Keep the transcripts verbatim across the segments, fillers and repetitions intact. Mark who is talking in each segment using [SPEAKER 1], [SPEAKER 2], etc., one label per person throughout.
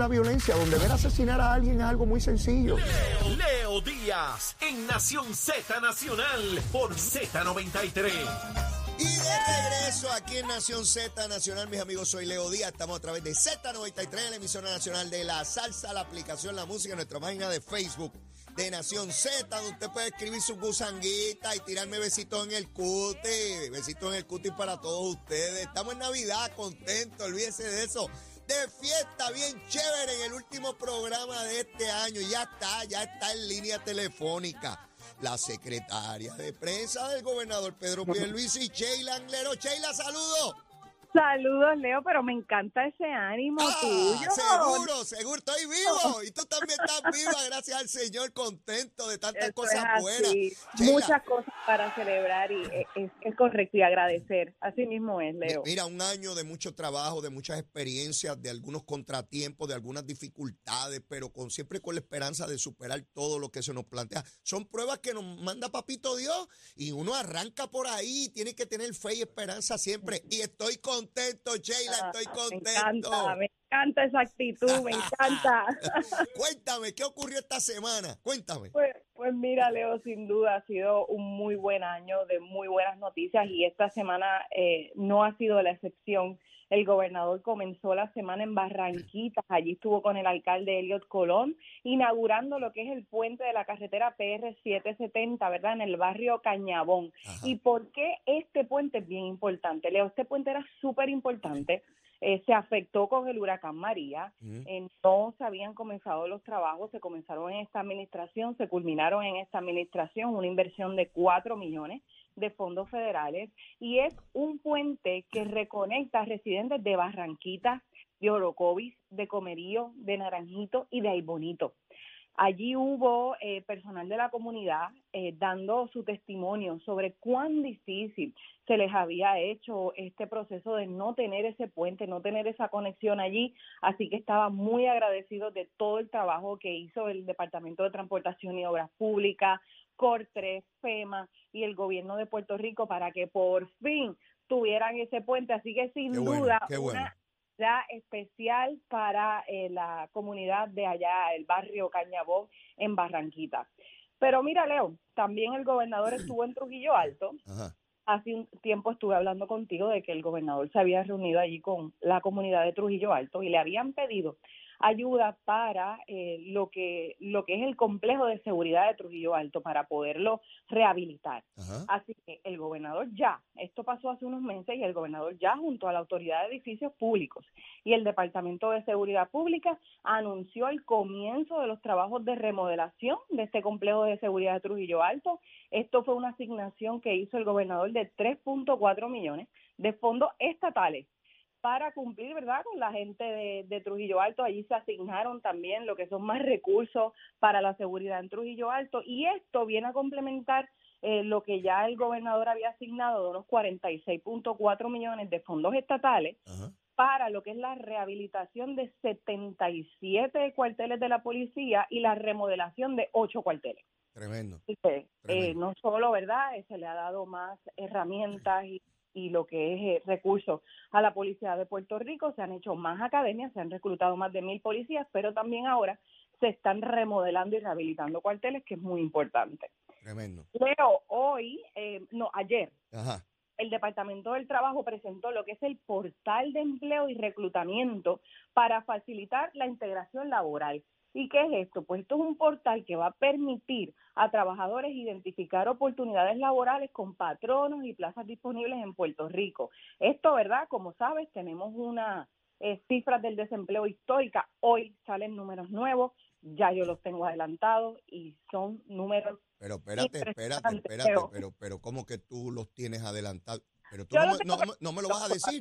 [SPEAKER 1] la violencia, donde ver asesinar a alguien es algo muy sencillo.
[SPEAKER 2] Leo, Leo Díaz, en Nación Z Nacional, por Z noventa y tres.
[SPEAKER 3] Y de regreso aquí en Nación Z Nacional, mis amigos, soy Leo Díaz. Estamos a través de Z noventa y tres, la emisora nacional de la salsa, la aplicación La Música, nuestra página de Facebook de Nación Z, donde usted puede escribir su gusanguita y tirarme besitos en el cuti. Besitos en el cuti para todos ustedes. Estamos en Navidad, contentos, olvídese de eso. De fiesta, bien chévere, en el último programa de este año. Ya está, ya está en línea telefónica la secretaria de prensa del gobernador Pedro Pierluisi, Sheila Anglero. Sheila, saludos.
[SPEAKER 4] Saludos, Leo, pero me encanta ese ánimo
[SPEAKER 3] ah,
[SPEAKER 4] tuyo.
[SPEAKER 3] Seguro, seguro, estoy vivo. Y tú también estás viva, gracias al Señor, contento de tantas
[SPEAKER 4] Eso
[SPEAKER 3] cosas
[SPEAKER 4] es
[SPEAKER 3] buenas.
[SPEAKER 4] Sheila, muchas cosas para celebrar y es, es correcto y agradecer. Así mismo es, Leo.
[SPEAKER 3] Mira, un año de mucho trabajo, de muchas experiencias, de algunos contratiempos, de algunas dificultades, pero con siempre con la esperanza de superar todo lo que se nos plantea. Son pruebas que nos manda Papito Dios y uno arranca por ahí, tiene que tener fe y esperanza siempre. Y estoy con contento, Sheila, estoy contento.
[SPEAKER 4] Me encanta, me encanta esa actitud, me encanta.
[SPEAKER 3] Cuéntame, ¿qué ocurrió esta semana? Cuéntame.
[SPEAKER 4] Pues, pues mira, Leo, sin duda ha sido un muy buen año de muy buenas noticias y esta semana eh, no ha sido la excepción. El gobernador comenzó la semana en Barranquitas, allí estuvo con el alcalde Eliot Colón, inaugurando lo que es el puente de la carretera P R setecientos setenta, ¿verdad?, en el barrio Cañabón. Ajá. ¿Y por qué este puente es bien importante, Leo? Este puente era súper importante, eh, se afectó con el huracán María, uh-huh. eh, no se habían comenzado los trabajos, se comenzaron en esta administración, se culminaron en esta administración, una inversión de cuatro millones de fondos federales, y es un puente que reconecta a residentes de Barranquitas, de Orocovis, de Comerío, de Naranjito y de Aybonito. Allí hubo eh, personal de la comunidad eh, dando su testimonio sobre cuán difícil se les había hecho este proceso de no tener ese puente, no tener esa conexión allí, así que estaba muy agradecido de todo el trabajo que hizo el Departamento de Transportación y Obras Públicas, CORTRES, FEMA y el gobierno de Puerto Rico para que por fin tuvieran ese puente, así que sin
[SPEAKER 3] qué
[SPEAKER 4] duda
[SPEAKER 3] bueno, bueno.
[SPEAKER 4] una da especial para eh, la comunidad de allá, el barrio Cañabón en Barranquita. Pero mira, Leo, también el gobernador estuvo en Trujillo Alto. Ajá. Hace un tiempo estuve hablando contigo de que el gobernador se había reunido allí con la comunidad de Trujillo Alto y le habían pedido ayuda para eh, lo que lo que es el complejo de seguridad de Trujillo Alto para poderlo rehabilitar. Ajá. Así que el gobernador ya, esto pasó hace unos meses y el gobernador ya junto a la Autoridad de Edificios Públicos y el Departamento de Seguridad Pública anunció el comienzo de los trabajos de remodelación de este complejo de seguridad de Trujillo Alto. Esto fue una asignación que hizo el gobernador de tres punto cuatro millones de fondos estatales para cumplir, ¿verdad?, con la gente de, de Trujillo Alto. Allí se asignaron también lo que son más recursos para la seguridad en Trujillo Alto y esto viene a complementar eh, lo que ya el gobernador había asignado de unos cuarenta y seis punto cuatro millones de fondos estatales. Ajá. Para lo que es la rehabilitación de setenta y siete cuarteles de la policía y la remodelación de ocho cuarteles.
[SPEAKER 3] Tremendo.
[SPEAKER 4] Así que,
[SPEAKER 3] Tremendo.
[SPEAKER 4] Eh, no solo, ¿verdad?, eh, se le ha dado más herramientas y y lo que es eh, recursos a la policía de Puerto Rico, se han hecho más academias, se han reclutado más de mil policías, pero también ahora se están remodelando y rehabilitando cuarteles, que es muy importante.
[SPEAKER 3] Tremendo.
[SPEAKER 4] Leo, hoy, eh, no, ayer,
[SPEAKER 3] Ajá.
[SPEAKER 4] el Departamento del Trabajo presentó lo que es el portal de empleo y reclutamiento para facilitar la integración laboral. ¿Y qué es esto? Pues esto es un portal que va a permitir a trabajadores identificar oportunidades laborales con patronos y plazas disponibles en Puerto Rico. Esto, ¿verdad? Como sabes, tenemos una eh, cifras del desempleo histórica. Hoy salen números nuevos, ya yo los tengo adelantados y son números.
[SPEAKER 3] Pero espérate, espérate, espérate, pero, pero ¿cómo que tú los tienes adelantados? Pero tú
[SPEAKER 4] yo
[SPEAKER 3] no, no, no, no me lo vas a decir.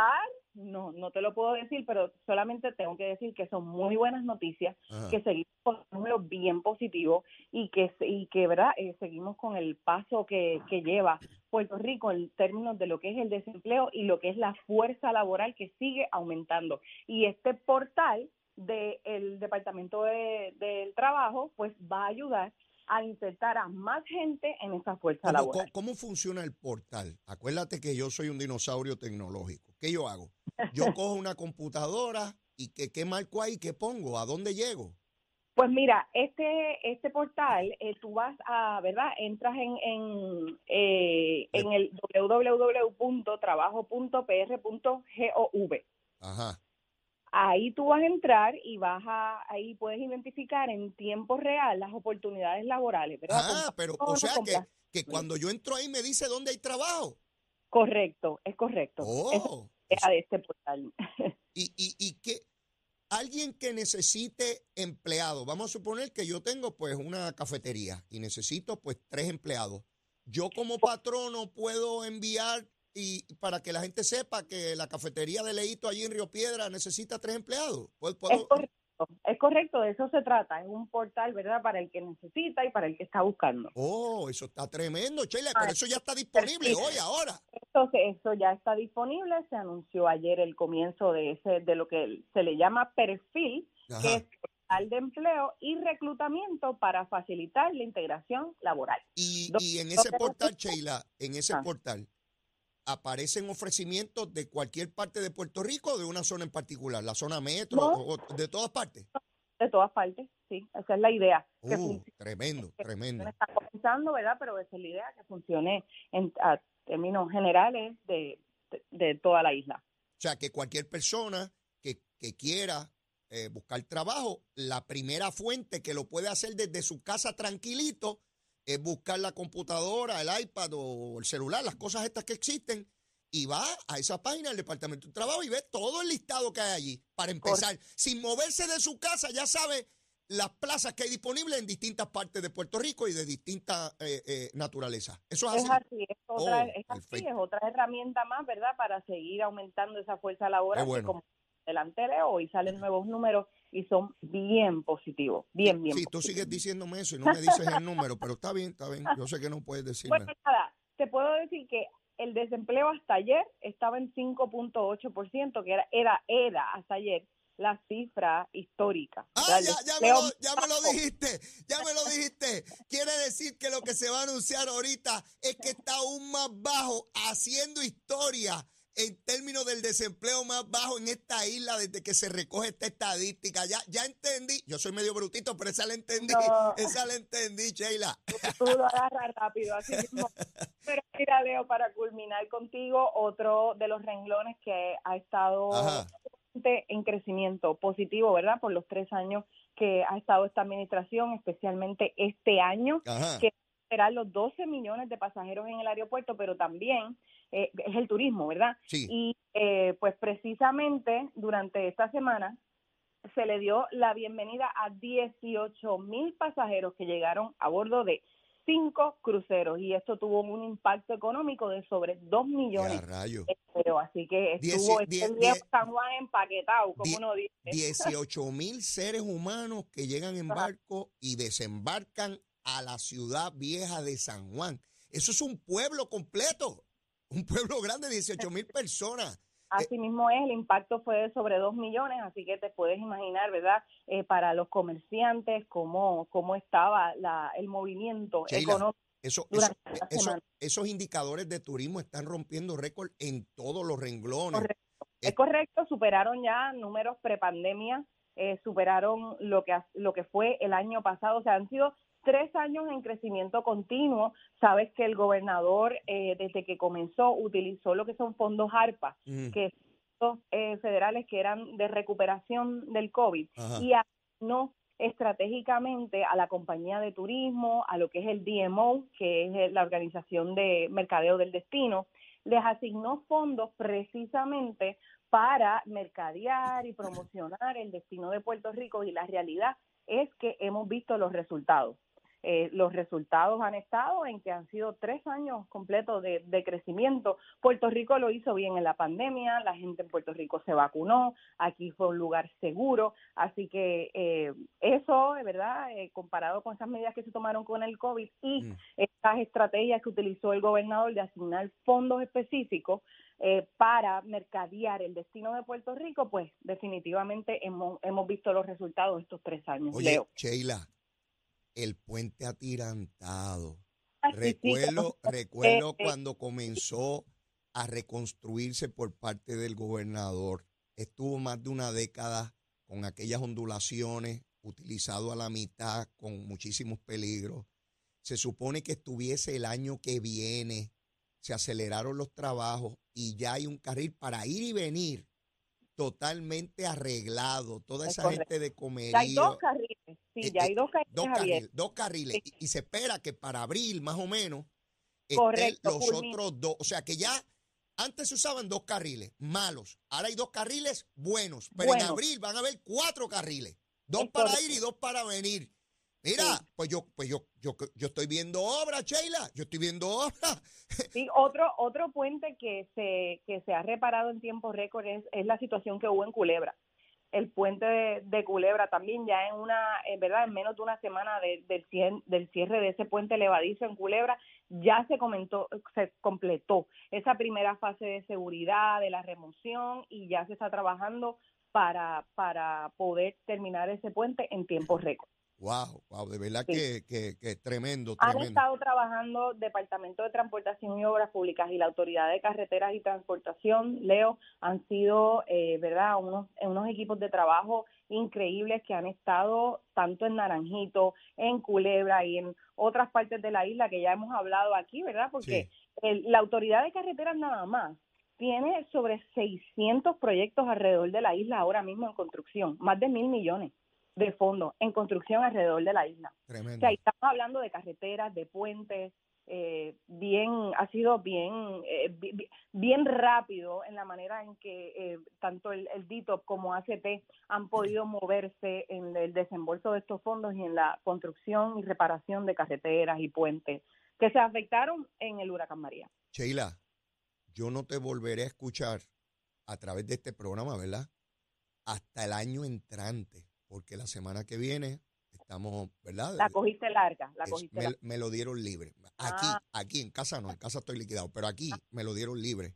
[SPEAKER 4] No, no te lo puedo decir, pero solamente tengo que decir que son muy buenas noticias, Ajá. que seguimos con números bien positivos y que, y que ¿verdad? Eh, seguimos con el paso que, que lleva Puerto Rico en términos de lo que es el desempleo y lo que es la fuerza laboral que sigue aumentando. Y este portal del Departamento de, del Trabajo pues va a ayudar a insertar a más gente en esa fuerza
[SPEAKER 3] ¿Cómo,
[SPEAKER 4] laboral.
[SPEAKER 3] ¿cómo, ¿Cómo funciona el portal? Acuérdate que yo soy un dinosaurio tecnológico. ¿Qué yo hago? Yo cojo una computadora, y que, qué marco ahí, qué pongo, a dónde llego.
[SPEAKER 4] Pues mira, este este portal, eh, tú vas a, ¿verdad? Entras en en, eh, en el doble u doble u doble u punto trabajo punto p r punto gov.
[SPEAKER 3] Ajá.
[SPEAKER 4] Ahí tú vas a entrar y vas a, ahí puedes identificar en tiempo real las oportunidades laborales, ¿verdad?
[SPEAKER 3] Ah, pero, o sea, que, que cuando yo entro ahí me dice dónde hay trabajo.
[SPEAKER 4] Correcto, es correcto.
[SPEAKER 3] Oh.
[SPEAKER 4] Es de este portal.
[SPEAKER 3] Y, y, y que alguien que necesite empleados, vamos a suponer que yo tengo pues una cafetería y necesito pues tres empleados. Yo como patrono puedo enviar y para que la gente sepa que la cafetería de Leito allí en Río Piedra necesita tres empleados. ¿Puedo, puedo?
[SPEAKER 4] Es correcto, es correcto, de eso se trata. Es un portal, ¿verdad? Para el que necesita y para el que está buscando.
[SPEAKER 3] Oh, eso está tremendo, Sheila, pero eso ya está disponible hoy, ahora.
[SPEAKER 4] Entonces, eso ya está disponible. Se anunció ayer el comienzo de ese de lo que se le llama perfil,
[SPEAKER 3] Ajá.
[SPEAKER 4] que es portal de empleo y reclutamiento para facilitar la integración laboral.
[SPEAKER 3] Y,
[SPEAKER 4] Do-
[SPEAKER 3] y en ese
[SPEAKER 4] do-
[SPEAKER 3] portal, Sheila, en ese
[SPEAKER 4] Ah.
[SPEAKER 3] portal, aparecen ofrecimientos de cualquier parte de Puerto Rico o de una zona en particular, la zona metro
[SPEAKER 4] No.
[SPEAKER 3] o, o de todas partes.
[SPEAKER 4] De todas partes, sí, esa es la idea. Que
[SPEAKER 3] Uh,
[SPEAKER 4] funcione,
[SPEAKER 3] tremendo,
[SPEAKER 4] que
[SPEAKER 3] tremendo.
[SPEAKER 4] funcione, está comenzando, ¿verdad? Pero esa es la idea, que funcione en a términos generales de, de, de toda la isla.
[SPEAKER 3] O sea, que cualquier persona que, que quiera eh, buscar trabajo, la primera fuente que lo puede hacer desde su casa tranquilito es buscar la computadora, el iPad o el celular, las cosas estas que existen, y va a esa página del Departamento de Trabajo y ve todo el listado que hay allí. Para empezar, sin moverse de su casa, ya sabe las plazas que hay disponibles en distintas partes de Puerto Rico y de distintas eh, eh, naturalezas. Eso es así.
[SPEAKER 4] Es así, es otra,
[SPEAKER 3] Oh,
[SPEAKER 4] es así,
[SPEAKER 3] perfecto.
[SPEAKER 4] es otra herramienta más, ¿verdad? Para seguir aumentando esa fuerza laboral.
[SPEAKER 3] Qué bueno.
[SPEAKER 4] Que como delante de hoy salen nuevos números y son bien positivos, bien, bien
[SPEAKER 3] Sí, tú
[SPEAKER 4] positivos.
[SPEAKER 3] sigues diciéndome eso y no me dices el número, pero está bien, está bien. Yo sé que no puedes decirme.
[SPEAKER 4] Bueno, nada, te puedo decir que el desempleo hasta ayer estaba en cinco punto ocho por ciento, que era, era, era hasta ayer la cifra histórica.
[SPEAKER 3] Ah,
[SPEAKER 4] ¿verdad? El
[SPEAKER 3] ya, ya, me
[SPEAKER 4] desempleo
[SPEAKER 3] lo, ya me lo
[SPEAKER 4] bajo.
[SPEAKER 3] dijiste, ya me lo dijiste. Quiere decir que lo que se va a anunciar ahorita es que está aún más bajo, haciendo historia en términos del desempleo más bajo en esta isla desde que se recoge esta estadística. Ya, ya entendí, yo soy medio brutito, pero esa la entendí,
[SPEAKER 4] No.
[SPEAKER 3] esa la entendí, Sheila.
[SPEAKER 4] Tú lo agarras rápido, así mismo. Pero mira, Leo, para culminar contigo, otro de los renglones que ha estado
[SPEAKER 3] Ajá.
[SPEAKER 4] en crecimiento positivo, ¿verdad? Por los tres años que ha estado esta administración, especialmente este año,
[SPEAKER 3] Ajá.
[SPEAKER 4] que serán los doce millones de pasajeros en el aeropuerto, pero también eh, es el turismo, ¿verdad?
[SPEAKER 3] Sí.
[SPEAKER 4] Y eh, pues precisamente durante esta semana se le dio la bienvenida a dieciocho mil pasajeros que llegaron a bordo de cinco cruceros, y esto tuvo un impacto económico de sobre dos millones
[SPEAKER 3] Ya, rayo.
[SPEAKER 4] de euros. Así que estuvo
[SPEAKER 3] Dieci-
[SPEAKER 4] este
[SPEAKER 3] die-
[SPEAKER 4] viejo
[SPEAKER 3] die-
[SPEAKER 4] San Juan empaquetado, como
[SPEAKER 3] die-
[SPEAKER 4] uno dice.
[SPEAKER 3] dieciocho mil seres humanos que llegan en
[SPEAKER 4] Ajá.
[SPEAKER 3] barco y desembarcan a la ciudad vieja de San Juan. Eso es un pueblo completo, un pueblo grande, dieciocho mil personas.
[SPEAKER 4] Así mismo es, el impacto fue de sobre dos millones, así que te puedes imaginar, ¿verdad? Eh, para los comerciantes, cómo, cómo estaba la, el movimiento
[SPEAKER 3] Sheila,
[SPEAKER 4] económico.
[SPEAKER 3] Eso, eso,
[SPEAKER 4] durante esta
[SPEAKER 3] eso-
[SPEAKER 4] semana.
[SPEAKER 3] esos indicadores de turismo están rompiendo récord en todos los renglones.
[SPEAKER 4] Correcto.
[SPEAKER 3] Eh,
[SPEAKER 4] Es correcto, superaron ya números prepandemia, eh, superaron lo que ha- lo que fue el año pasado, o sea, han sido tres años en crecimiento continuo. Sabes que el gobernador, eh, desde que comenzó, utilizó lo que son fondos ARPA,
[SPEAKER 3] mm,
[SPEAKER 4] que son fondos eh, federales que eran de recuperación del COVID,
[SPEAKER 3] Ajá.
[SPEAKER 4] y asignó estratégicamente a la compañía de turismo, a lo que es el D M O, que es la Organización de Mercadeo del Destino, les asignó fondos precisamente para mercadear y promocionar el destino de Puerto Rico, y la realidad es que hemos visto los resultados. Eh, los resultados han estado en que han sido tres años completos de, de crecimiento. Puerto Rico lo hizo bien en la pandemia, la gente en Puerto Rico se vacunó, aquí fue un lugar seguro, así que eh, eso, de verdad, eh, comparado con esas medidas que se tomaron con el COVID y
[SPEAKER 3] Mm.
[SPEAKER 4] estas estrategias que utilizó el gobernador de asignar fondos específicos eh, para mercadear el destino de Puerto Rico, pues definitivamente hemos, hemos visto los resultados de estos tres años,
[SPEAKER 3] Oye,
[SPEAKER 4] Leo.
[SPEAKER 3] Sheila, el puente atirantado.
[SPEAKER 4] Ay, sí, sí,
[SPEAKER 3] Recuerdo,
[SPEAKER 4] como-
[SPEAKER 3] recuerdo
[SPEAKER 4] eh, eh,
[SPEAKER 3] cuando comenzó a reconstruirse por parte del gobernador. estuvo más de una década con aquellas ondulaciones, utilizado a la mitad, con muchísimos peligros. Se supone que estuviese el año que viene, se aceleraron los trabajos y ya hay un carril para ir y venir totalmente arreglado. Toda
[SPEAKER 4] Es
[SPEAKER 3] esa
[SPEAKER 4] correcto.
[SPEAKER 3] gente de
[SPEAKER 4] Ya hay dos
[SPEAKER 3] comerío.
[SPEAKER 4] carriles, sí,
[SPEAKER 3] eh,
[SPEAKER 4] ya
[SPEAKER 3] eh,
[SPEAKER 4] hay dos carriles
[SPEAKER 3] dos,
[SPEAKER 4] abiertos.
[SPEAKER 3] carril, dos carriles.
[SPEAKER 4] Sí.
[SPEAKER 3] Y, y se espera que para abril, más o menos, estén
[SPEAKER 4] Correcto,
[SPEAKER 3] los
[SPEAKER 4] culmina.
[SPEAKER 3] otros dos. O sea que ya antes se usaban dos carriles malos. Ahora hay dos carriles buenos. Pero en
[SPEAKER 4] Bueno.
[SPEAKER 3] abril van a haber cuatro carriles. Dos
[SPEAKER 4] Es
[SPEAKER 3] para
[SPEAKER 4] correcto.
[SPEAKER 3] ir y dos para venir. Mira,
[SPEAKER 4] Sí.
[SPEAKER 3] pues yo, pues yo, yo, yo estoy viendo obra, Sheila. Yo estoy viendo obra.
[SPEAKER 4] Sí, otro otro puente que se que se ha reparado en tiempo récord es, es la situación que hubo en Culebra. El puente de, de Culebra también ya en una, en verdad, en menos de una semana de, del, cierre, del cierre de ese puente levadizo en Culebra, ya se comentó, se completó esa primera fase de seguridad, de la remoción, y ya se está trabajando para, para poder terminar ese puente en tiempo récord.
[SPEAKER 3] Wow, wow, de verdad
[SPEAKER 4] Sí.
[SPEAKER 3] que, que, que tremendo,
[SPEAKER 4] Han
[SPEAKER 3] tremendo.
[SPEAKER 4] estado trabajando Departamento de Transportación y Obras Públicas y la Autoridad de Carreteras y Transportación, Leo, han sido, eh, ¿verdad?, unos, unos equipos de trabajo increíbles que han estado tanto en Naranjito, en Culebra y en otras partes de la isla que ya hemos hablado aquí, ¿verdad? Porque
[SPEAKER 3] Sí.
[SPEAKER 4] el, la Autoridad de Carreteras nada más tiene sobre seiscientos proyectos alrededor de la isla ahora mismo en construcción, más de mil millones de fondos en construcción alrededor de la isla. O
[SPEAKER 3] Tremendo.
[SPEAKER 4] sea, estamos hablando de carreteras, de puentes, eh, bien, ha sido bien, eh, bi- bien rápido en la manera en que eh, tanto el, el D I T O P como A C T han podido moverse en el desembolso de estos fondos y en la construcción y reparación de carreteras y puentes que se afectaron en el huracán María.
[SPEAKER 3] Sheila, yo no te volveré a escuchar a través de este programa, ¿verdad? Hasta el año entrante, porque la semana que viene estamos, ¿verdad?
[SPEAKER 4] La cogiste larga, la
[SPEAKER 3] Es-
[SPEAKER 4] cogiste
[SPEAKER 3] me,
[SPEAKER 4] larga.
[SPEAKER 3] me lo dieron libre. Aquí,
[SPEAKER 4] Ah.
[SPEAKER 3] aquí, en casa no, en casa estoy liquidado, pero aquí me lo dieron libre.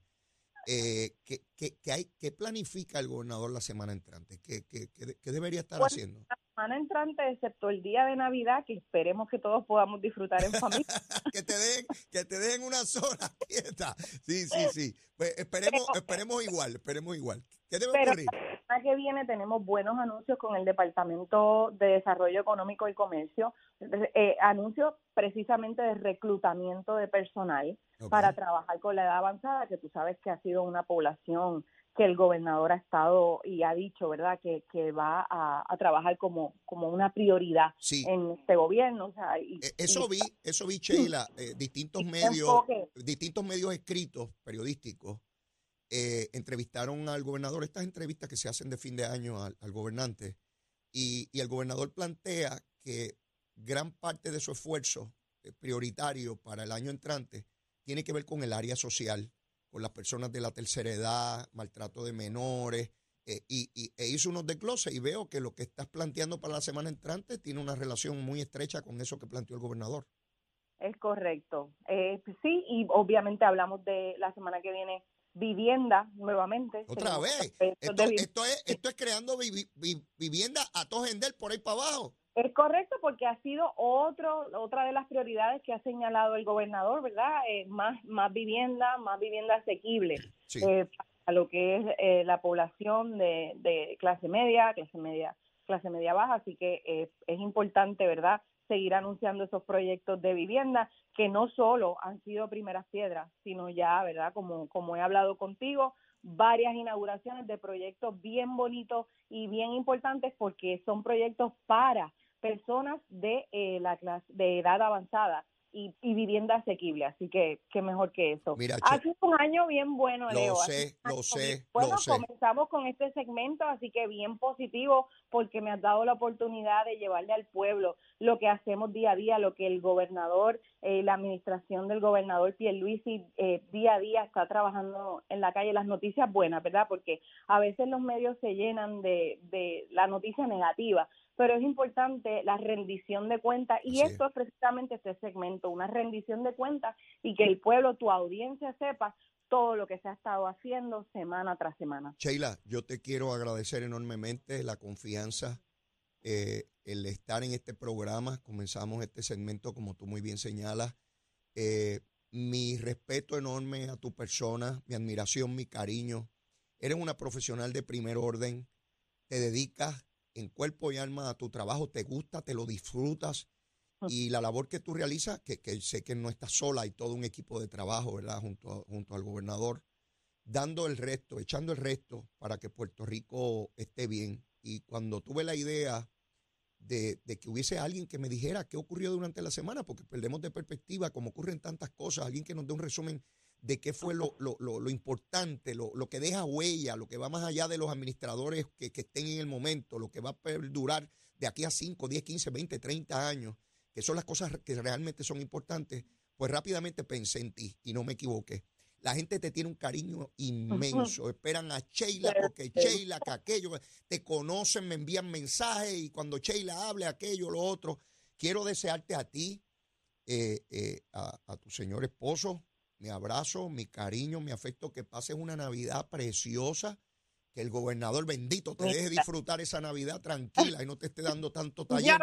[SPEAKER 3] Eh, ¿qué, qué, qué hay, ¿Qué planifica el gobernador la semana entrante? ¿Qué, qué, qué, qué debería estar
[SPEAKER 4] Bueno,
[SPEAKER 3] haciendo?
[SPEAKER 4] la semana entrante, excepto el día de Navidad, que esperemos que todos podamos disfrutar en familia.
[SPEAKER 3] que te den, que te den una sola quieta. Sí, sí, sí. Pues esperemos,
[SPEAKER 4] Pero-
[SPEAKER 3] esperemos igual, esperemos igual. ¿Qué debe
[SPEAKER 4] Pero
[SPEAKER 3] ocurrir?
[SPEAKER 4] la semana que viene tenemos buenos anuncios con el Departamento de Desarrollo Económico y Comercio, eh, anuncios precisamente de reclutamiento de personal
[SPEAKER 3] Ok.
[SPEAKER 4] para trabajar con la edad avanzada, que tú sabes que ha sido una población que el gobernador ha estado y ha dicho, ¿verdad?, que, que va a, a trabajar como, como una prioridad
[SPEAKER 3] Sí.
[SPEAKER 4] en este gobierno. O sea, y,
[SPEAKER 3] Eh, Eso
[SPEAKER 4] y-
[SPEAKER 3] vi, eso vi, Sheila, eh, distintos
[SPEAKER 4] y
[SPEAKER 3] medios,
[SPEAKER 4] enfoque.
[SPEAKER 3] distintos medios escritos, periodísticos, eh, entrevistaron al gobernador, estas entrevistas que se hacen de fin de año al, al gobernante, y, y el gobernador plantea que gran parte de su esfuerzo eh, prioritario para el año entrante tiene que ver con el área social, con las personas de la tercera edad, maltrato de menores, eh, y, y- e hizo unos desgloses y veo que lo que estás planteando para la semana entrante tiene una relación muy estrecha con eso que planteó el gobernador.
[SPEAKER 4] Es correcto. Eh, sí, y obviamente hablamos de la semana que viene vivienda nuevamente.
[SPEAKER 3] Otra
[SPEAKER 4] Tenemos
[SPEAKER 3] vez,
[SPEAKER 4] proyectos
[SPEAKER 3] esto,
[SPEAKER 4] de vi-
[SPEAKER 3] esto, es, esto es creando vivi- vi- vivienda a todo gender por ahí para abajo.
[SPEAKER 4] Es correcto porque ha sido otro otra de las prioridades que ha señalado el gobernador, ¿verdad? Eh, más más vivienda, más vivienda asequible
[SPEAKER 3] Sí.
[SPEAKER 4] eh, a lo que es eh, la población de, de clase media, clase media, clase media baja. Así que eh, es importante, ¿verdad?, seguir anunciando esos proyectos de vivienda que no solo han sido primeras piedras, sino ya, ¿verdad?, como, como he hablado contigo, varias inauguraciones de proyectos bien bonitos y bien importantes porque son proyectos para personas de eh, la clase de edad avanzada y, y vivienda asequible, así que qué mejor que eso.
[SPEAKER 3] Mira,
[SPEAKER 4] Ha
[SPEAKER 3] Che-
[SPEAKER 4] sido un año bien bueno,
[SPEAKER 3] Lo
[SPEAKER 4] Leo. ha
[SPEAKER 3] sé,
[SPEAKER 4] sido un
[SPEAKER 3] lo
[SPEAKER 4] año
[SPEAKER 3] sé,
[SPEAKER 4] bien
[SPEAKER 3] lo
[SPEAKER 4] bueno.
[SPEAKER 3] sé.
[SPEAKER 4] Comenzamos con este segmento, así que bien positivo porque me has dado la oportunidad de llevarle al pueblo lo que hacemos día a día, lo que el gobernador, eh, la administración del gobernador Pierluisi eh, día a día está trabajando en la calle, las noticias buenas, ¿verdad? Porque a veces los medios se llenan de, de la noticia negativa, pero es importante la rendición de cuentas y
[SPEAKER 3] Así
[SPEAKER 4] esto es precisamente este segmento, una rendición de cuentas y que el pueblo, tu audiencia sepa todo lo que se ha estado haciendo semana tras semana.
[SPEAKER 3] Sheila, yo te quiero agradecer enormemente la confianza, eh, el estar en este programa. Comenzamos este segmento, como tú muy bien señalas. Eh, mi respeto enorme a tu persona, mi admiración, mi cariño. Eres una profesional de primer orden, te dedicas en cuerpo y alma a tu trabajo, te gusta, te lo disfrutas y la labor que tú realizas, que, que sé que no estás sola, hay todo un equipo de trabajo, ¿verdad?, junto, a, junto al gobernador, dando el resto, echando el resto para que Puerto Rico esté bien. Y cuando tuve la idea de, de que hubiese alguien que me dijera qué ocurrió durante la semana, porque perdemos de perspectiva, como ocurren tantas cosas, alguien que nos dé un resumen de qué fue lo, lo, lo, lo importante, lo, lo que deja huella, lo que va más allá de los administradores que, que estén en el momento, lo que va a perdurar de aquí a cinco, diez, quince, veinte, treinta años, que son las cosas que realmente son importantes, pues rápidamente pensé en ti y no me equivoqué. La gente te tiene un cariño inmenso, esperan a Sheila porque Sheila, que aquello, te conocen, me envían mensajes y cuando Sheila hable aquello, lo otro. Quiero desearte a ti, eh, eh, a, a tu señor esposo, mi abrazo, mi cariño, mi afecto, que pases una Navidad preciosa, que el gobernador bendito te deje disfrutar esa Navidad tranquila y no te esté dando tanto taller.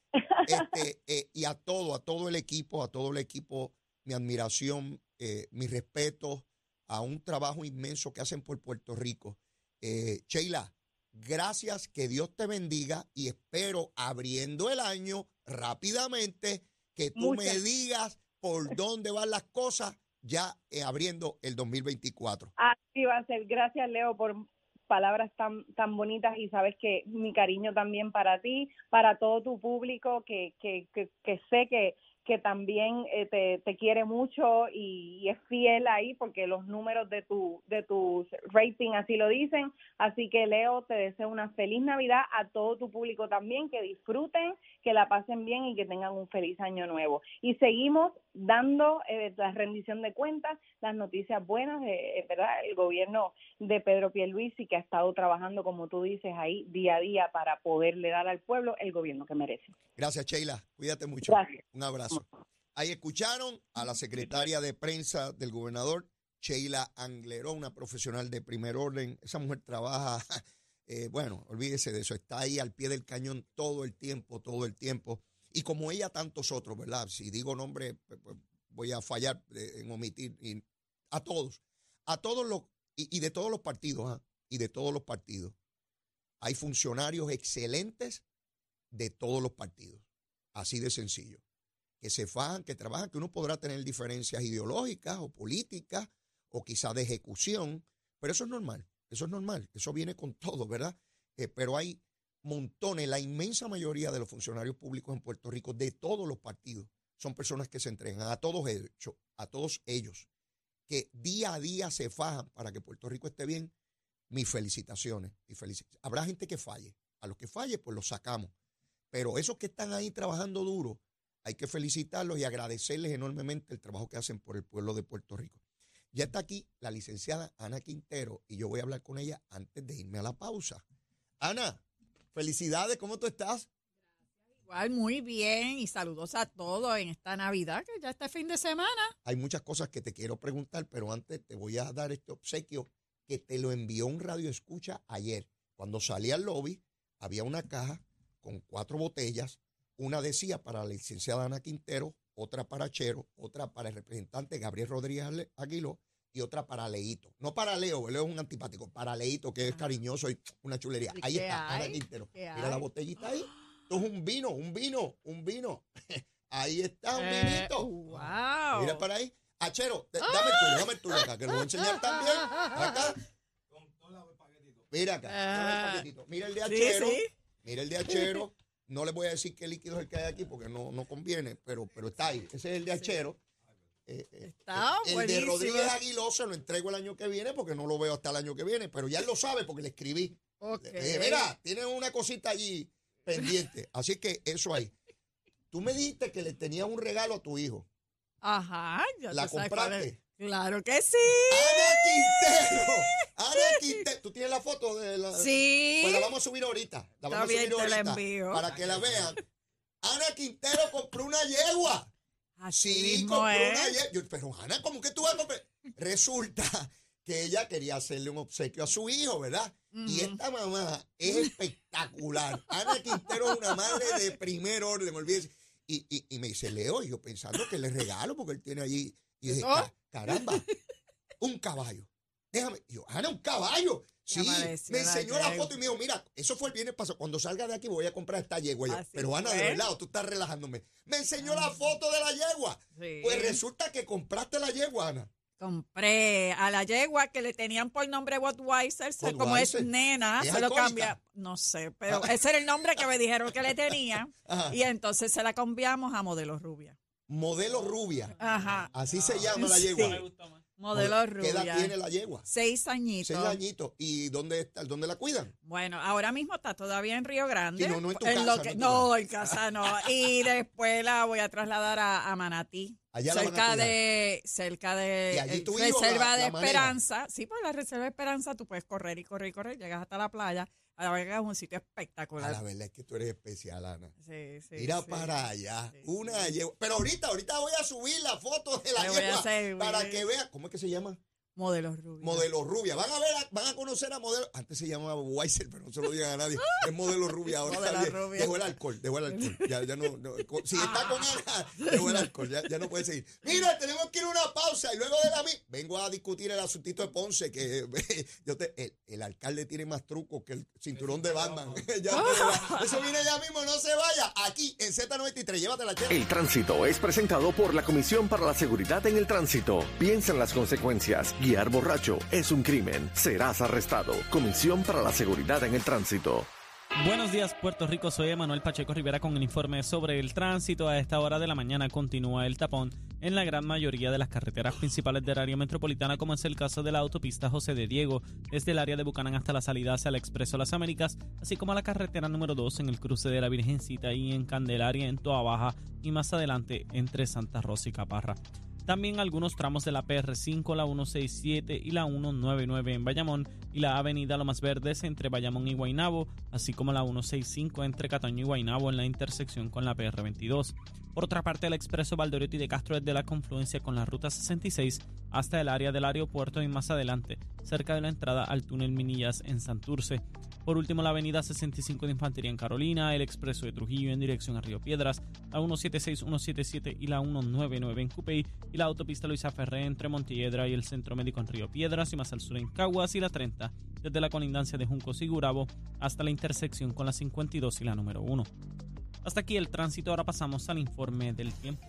[SPEAKER 3] Este, eh, y a todo, a todo el equipo, a todo el equipo, mi admiración, eh, mi respeto a un trabajo inmenso que hacen por Puerto Rico. Eh, Sheila, gracias, que Dios te bendiga y espero, abriendo el año, rápidamente, que tú
[SPEAKER 4] Muchas.
[SPEAKER 3] me digas por dónde van las cosas ya eh, abriendo el dos mil veinticuatro.
[SPEAKER 4] Así va a ser. Gracias, Leo, por palabras tan tan bonitas y sabes que mi cariño también para ti, para todo tu público que que, que, que sé que que también eh, te, te quiere mucho y, y es fiel ahí porque los números de tu de tus rating así lo dicen. Así que, Leo, te deseo una feliz Navidad a todo tu público también, que disfruten, que la pasen bien y que tengan un feliz año nuevo. Y seguimos dando eh, la rendición de cuentas, las noticias buenas, de, ¿verdad? El gobierno de Pedro Pierluisi, que ha estado trabajando, como tú dices, ahí día a día para poderle dar al pueblo el gobierno que merece.
[SPEAKER 3] Gracias, Sheila. Cuídate mucho.
[SPEAKER 4] Gracias.
[SPEAKER 3] Un abrazo. Ahí escucharon a la secretaria de prensa del gobernador, Sheila Angleró, una profesional de primer orden. Esa mujer trabaja, eh, bueno, olvídese de eso, está ahí al pie del cañón todo el tiempo, todo el tiempo. Y como ella, tantos otros, ¿verdad? Si digo nombre, pues, pues, voy a fallar en omitir. Y a todos, a todos los, y, y de todos los partidos, ¿eh? y de todos los partidos. Hay funcionarios excelentes de todos los partidos. Así de sencillo. Que se fajan, que trabajan, que uno podrá tener diferencias ideológicas o políticas o quizás de ejecución, pero eso es normal, eso es normal, eso viene con todo, ¿verdad? Eh, pero hay montones, la inmensa mayoría de los funcionarios públicos en Puerto Rico, de todos los partidos, son personas que se entregan a todos ellos, a todos ellos, que día a día se fajan para que Puerto Rico esté bien. Mis felicitaciones, mis felicitaciones. Habrá gente que falle, a los que falle, pues los sacamos, pero esos que están ahí trabajando duro, hay que felicitarlos y agradecerles enormemente el trabajo que hacen por el pueblo de Puerto Rico. Ya está aquí la licenciada Ana Quintero y yo voy a hablar con ella antes de irme a la pausa. Ana, felicidades, ¿cómo tú estás?
[SPEAKER 5] Igual, muy bien y saludos a todos en esta Navidad, que ya está fin de semana.
[SPEAKER 3] Hay muchas cosas que te quiero preguntar, pero antes te voy a dar este obsequio que te lo envió un radio escucha ayer. Cuando salí al lobby, había una caja con cuatro botellas. Una decía para la licenciada Ana Quintero, otra para Chero, otra para el representante Gabriel Rodríguez Aguiló y otra para Leito. No para Leo, Leo es un antipático, para Leito, que es cariñoso y una chulería. Ahí está,
[SPEAKER 5] hay?
[SPEAKER 3] Ana Quintero.
[SPEAKER 5] ¿Qué
[SPEAKER 3] Mira la
[SPEAKER 5] hay?
[SPEAKER 3] botellita ahí. Esto es un vino, un vino, un vino. Ahí está, un
[SPEAKER 5] Eh,
[SPEAKER 3] vinito.
[SPEAKER 5] wow.
[SPEAKER 3] Mira para ahí. Achero, te- dame el tuyo, dame el tuyo acá, que lo voy a enseñar también. Acá. Mira acá, dame el paquetito. Mira el de
[SPEAKER 5] Sí,
[SPEAKER 3] Achero.
[SPEAKER 5] sí.
[SPEAKER 3] Mira el de Achero. No les voy a decir qué líquido es el que hay aquí porque no, no conviene, pero, pero está ahí. Ese es el de Achero. Eh, eh,
[SPEAKER 5] Está
[SPEAKER 3] el, el de
[SPEAKER 5] buenísimo.
[SPEAKER 3] Rodríguez Aguiló se lo entrego el año que viene porque no lo veo hasta el año que viene, pero ya él lo sabe porque le escribí.
[SPEAKER 5] Ok.
[SPEAKER 3] Le dije, mira, tienen una cosita allí pendiente. Así que eso ahí. Tú me dijiste que le tenías un regalo a tu hijo.
[SPEAKER 5] Ajá. Ya
[SPEAKER 3] ¿La
[SPEAKER 5] tú sabes cuál es.
[SPEAKER 3] compraste?
[SPEAKER 5] Claro que sí.
[SPEAKER 3] ¡Ana Quintero! ¡Ana Quintero! ¿Tú tienes la foto de la...?
[SPEAKER 5] Sí.
[SPEAKER 3] Pues la vamos a subir ahorita. La
[SPEAKER 5] Está
[SPEAKER 3] vamos a
[SPEAKER 5] bien,
[SPEAKER 3] subir
[SPEAKER 5] te la
[SPEAKER 3] ahorita
[SPEAKER 5] envío.
[SPEAKER 3] para que la vean. Ana Quintero compró una yegua.
[SPEAKER 5] Así
[SPEAKER 3] Sí,
[SPEAKER 5] mismo
[SPEAKER 3] compró
[SPEAKER 5] es.
[SPEAKER 3] una yegua. Yo, pero Ana, ¿cómo que tú vas a comprar? Resulta que ella quería hacerle un obsequio a su hijo, ¿verdad? Y
[SPEAKER 5] Ujú.
[SPEAKER 3] esta mamá es espectacular. Ana Quintero es una madre de primer orden, olvídese. Y, y, y me dice, Leo, y yo pensando que le regalo porque él tiene allí. Y dije,
[SPEAKER 5] Oh.
[SPEAKER 3] "Ca- caramba, un caballo. déjame. Y yo, Ana, un caballo. Sí,
[SPEAKER 5] apareció
[SPEAKER 3] me
[SPEAKER 5] la
[SPEAKER 3] enseñó la
[SPEAKER 5] yegua.
[SPEAKER 3] foto y me dijo, mira, eso fue el viernes pasado. Cuando salga de aquí voy a comprar esta yegua. Yo,
[SPEAKER 5] Así
[SPEAKER 3] pero Ana, de
[SPEAKER 5] fue.
[SPEAKER 3] verdad, tú estás relajándome. Me enseñó la foto de la yegua.
[SPEAKER 5] Sí.
[SPEAKER 3] Pues resulta que compraste la yegua, Ana.
[SPEAKER 5] Compré a la yegua que le tenían por nombre Budweiser, se- como es
[SPEAKER 3] Budweiser.
[SPEAKER 5] nena,
[SPEAKER 3] ¿Es
[SPEAKER 5] se lo
[SPEAKER 3] alcohólica?
[SPEAKER 5] cambia, no sé, pero ese era el nombre que me dijeron que le tenía
[SPEAKER 3] Ajá.
[SPEAKER 5] y entonces se la cambiamos a Modelo Rubia.
[SPEAKER 3] Modelo rubia.
[SPEAKER 5] Ajá,
[SPEAKER 3] Así se llama la
[SPEAKER 5] Sí.
[SPEAKER 3] yegua.
[SPEAKER 5] Modelo
[SPEAKER 3] ¿Qué edad
[SPEAKER 5] Rubia.
[SPEAKER 3] tiene la yegua?
[SPEAKER 5] Seis añitos.
[SPEAKER 3] Seis añitos. ¿Y dónde está? ¿Dónde la cuidan?
[SPEAKER 5] Bueno, ahora mismo está todavía en Río Grande.
[SPEAKER 3] Sí, no, no en tu
[SPEAKER 5] lo
[SPEAKER 3] casa,
[SPEAKER 5] que-
[SPEAKER 3] no en tu
[SPEAKER 5] no, en casa no. Y después la voy a trasladar a, a Manatí.
[SPEAKER 3] Allá la van a
[SPEAKER 5] cerca
[SPEAKER 3] cuidar.
[SPEAKER 5] de cerca de
[SPEAKER 3] Y allí
[SPEAKER 5] eh,
[SPEAKER 3] tu hijo
[SPEAKER 5] Reserva
[SPEAKER 3] la-
[SPEAKER 5] de
[SPEAKER 3] la maneja.
[SPEAKER 5] Esperanza. Sí, pues la Reserva de Esperanza tú puedes correr y correr y correr, llegas hasta la playa. A la verdad es un sitio
[SPEAKER 3] A
[SPEAKER 5] espectacular.
[SPEAKER 3] la verdad es que tú eres especial, Ana.
[SPEAKER 5] Sí, sí,
[SPEAKER 3] Mira
[SPEAKER 5] sí.
[SPEAKER 3] para allá.
[SPEAKER 5] Sí,
[SPEAKER 3] Una
[SPEAKER 5] sí.
[SPEAKER 3] yegua. Pero ahorita, ahorita voy a subir la foto de la
[SPEAKER 5] Le voy a
[SPEAKER 3] yegua
[SPEAKER 5] hacer,
[SPEAKER 3] para
[SPEAKER 5] güey.
[SPEAKER 3] que vean. ¿Cómo es que se llama?
[SPEAKER 5] Modelos rubios.
[SPEAKER 3] Modelo rubia. Van a ver, a- van a conocer a modelo. Antes se llamaba Weiser, pero no se lo digan a nadie. Es modelo rubia. Ahora
[SPEAKER 5] Modelo
[SPEAKER 3] está bien.
[SPEAKER 5] rubia.
[SPEAKER 3] Dejó el alcohol, dejó el alcohol. Ya, ya no, no, co- si está con ella, dejó el alcohol. Ya, ya no puede seguir. Mira, tenemos que ir a una pausa y luego de la mi vengo a discutir el asuntito de Ponce, que yo te, el, el alcalde tiene más trucos que el cinturón de Batman. Ya, pero, eso viene ya mismo, no se vaya. Aquí en Z noventa y tres, llévatela, chela.
[SPEAKER 6] El tránsito es presentado por la Comisión para la Seguridad en el Tránsito. Piensa en las consecuencias. Guiar borracho es un crimen. Serás arrestado. Comisión para la Seguridad en el Tránsito.
[SPEAKER 7] Buenos días, Puerto Rico. Soy Emanuel Pacheco Rivera con el informe sobre el tránsito. A esta hora de la mañana continúa el tapón en la gran mayoría de las carreteras principales del área metropolitana, como es el caso de la autopista José de Diego, desde el área de Bucanán hasta la salida hacia el Expreso Las Américas, así como la carretera número dos en el cruce de la Virgencita y en Candelaria, en Toa Baja, y más adelante entre Santa Rosa y Caparra. También algunos tramos de la P R cinco, la ciento sesenta y siete y la ciento noventa y nueve en Bayamón y la avenida Lomas Verdes entre Bayamón y Guaynabo, así como la ciento sesenta y cinco entre Cataño y Guaynabo en la intersección con la P R veintidós. Por otra parte, el expreso Valdoriotti de Castro desde la confluencia con la ruta sesenta y seis hasta el área del aeropuerto y más adelante, cerca de la entrada al túnel Minillas en Santurce. Por último, la avenida sesenta y cinco de Infantería en Carolina, el expreso de Trujillo en dirección a Río Piedras, la ciento setenta y seis, ciento setenta y siete y la ciento noventa y nueve en Cupey, y la autopista Luisa Ferré entre Montiedra y el Centro Médico en Río Piedras y más al sur en Caguas, y la treinta desde la colindancia de Juncos y Gurabo hasta la intersección con la cincuenta y dos y la número uno. Hasta aquí el tránsito, ahora pasamos al informe del tiempo.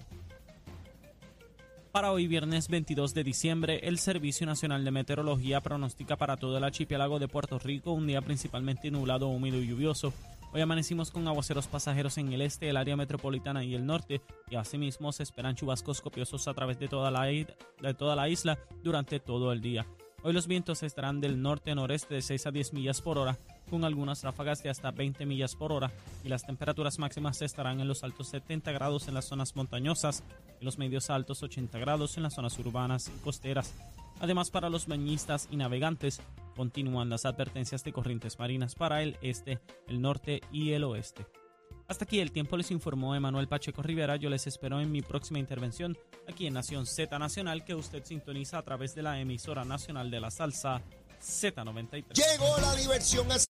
[SPEAKER 7] Para hoy, viernes veintidós de diciembre, el Servicio Nacional de Meteorología pronostica para todo el archipiélago de Puerto Rico un día principalmente nublado, húmedo y lluvioso. Hoy amanecimos con aguaceros pasajeros en el este, el área metropolitana y el norte, y asimismo se esperan chubascos copiosos a través de toda la, de toda la isla durante todo el día. Hoy los vientos estarán del norte-noreste de seis a diez millas por hora, con algunas ráfagas de hasta veinte millas por hora, y las temperaturas máximas estarán en los altos setenta grados en las zonas montañosas y los medios altos ochenta grados en las zonas urbanas y costeras. Además, para los bañistas y navegantes, continúan las advertencias de corrientes marinas para el este, el norte y el oeste. Hasta aquí el tiempo, les informó Emanuel Pacheco Rivera. Yo les espero en mi próxima intervención aquí en Nación Z Nacional, que usted sintoniza a través de la emisora nacional de la salsa Z noventa y tres.
[SPEAKER 3] Llegó la diversión a